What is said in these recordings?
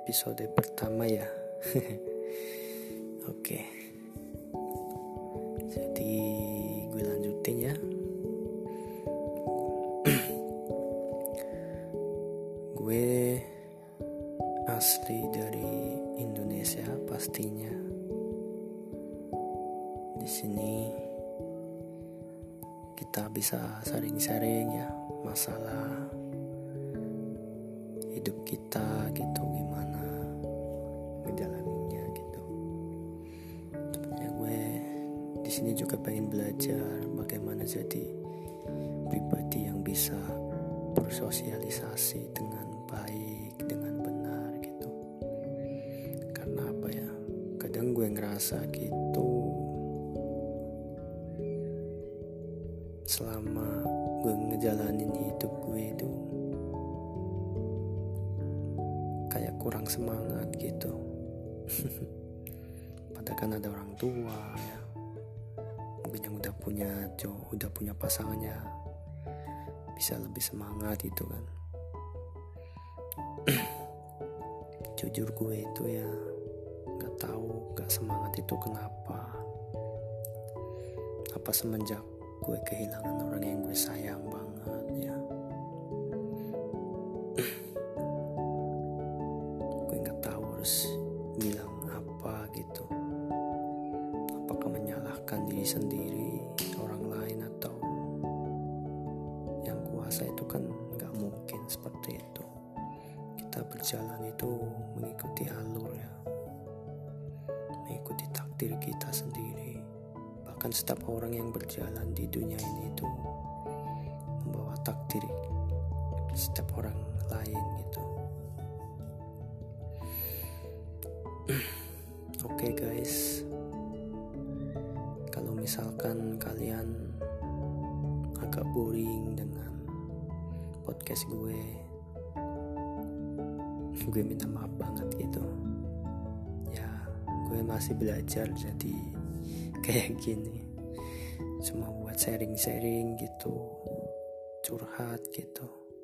episode pertama ya. Oke. Jadi gue lanjutin ya. Gue asli dari Indonesia pastinya. Di sini kita bisa sharing-sharing ya masalah hidup kita gitu, gimana ngejalaninnya gitu. Sebenarnya gue di sini juga pengen belajar bagaimana jadi pribadi yang bisa bersosialisasi dengan baik, dengan benar gitu. Karena apa ya? Kadang gue ngerasa gitu, selama gue ngejalanin hidup gue itu kayak kurang semangat gitu. Padahal kan ada orang tua ya, mungkin yang udah punya pasangannya bisa lebih semangat gitu kan. Jujur gue itu ya gak semangat itu kenapa. Apa semenjak gue kehilangan orang yang gue sayang banget ya. Gue gak tahu harus bilang apa gitu. Apakah menyalahkan diri sendiri, orang lain, atau yang kuasa itu kan gak mungkin seperti itu. Kita berjalan itu mengikuti alur ya, mengikuti takdir kita sendiri. Bahkan setiap orang yang berjalan di dunia ini itu membawa takdir setiap orang lain gitu. Oke guys, kalau misalkan kalian agak boring dengan podcast gue minta maaf banget gitu ya. Gue masih belajar jadi kayak gini, cuma buat sharing-sharing gitu, curhat gitu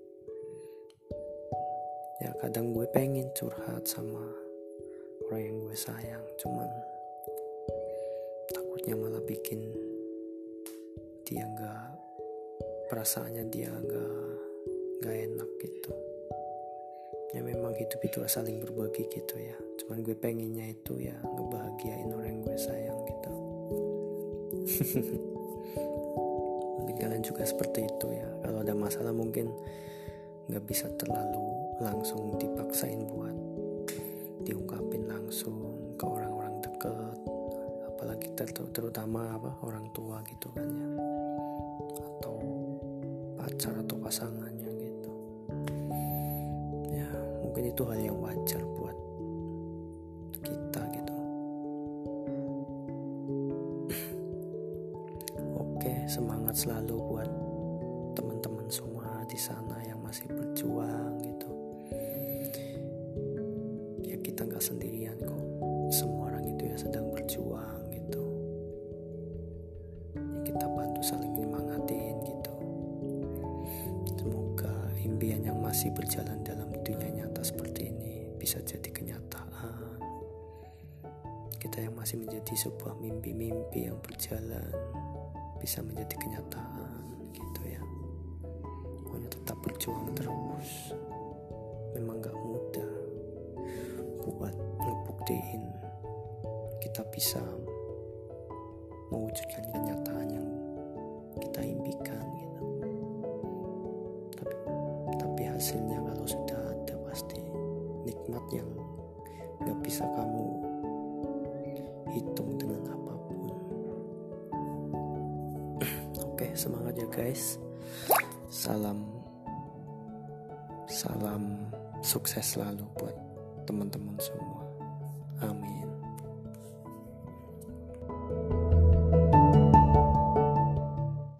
ya. Kadang gue pengen curhat sama orang yang gue sayang, cuman takutnya malah bikin dia perasaannya dia gak enak gitu ya. Memang hidup itu saling berbagi gitu ya, cuman gue pengennya itu ya ngebahagiain orang yang gue sayang gitu. Mungkin kalian juga seperti itu ya. Kalau ada masalah mungkin gak bisa terlalu langsung dipaksain buat diungkapin langsung ke orang-orang dekat, apalagi terutama orang tua gitu kan ya, atau pacar atau pasangannya gitu ya. Mungkin itu hal yang wajar buat kita gitu. Oke, semangat selalu buat teman-teman semua di sana yang masih berjuang gitu ya. Kita gak sendirian kok, semua orang itu ya sedang berjuang gitu ya. Kita bantu saling menyemangatin gitu. Semoga impian yang masih berjalan dalam dunia nyata seperti ini bisa jadi kenyataan. Kita yang masih menjadi sebuah mimpi-mimpi yang berjalan bisa menjadi kenyataan gitu ya. Pokoknya tetap berjuang terus. Memang gak mudah buat ngebuktiin kita bisa mewujudkan kenyataan yang kita impikan gitu. Tapi hasilnya kalau sudah ada pasti nikmat yang gak bisa kamu hitung dengan apapun. Oke, semangat ya guys. Salam sukses selalu buat teman-teman semua. Amin.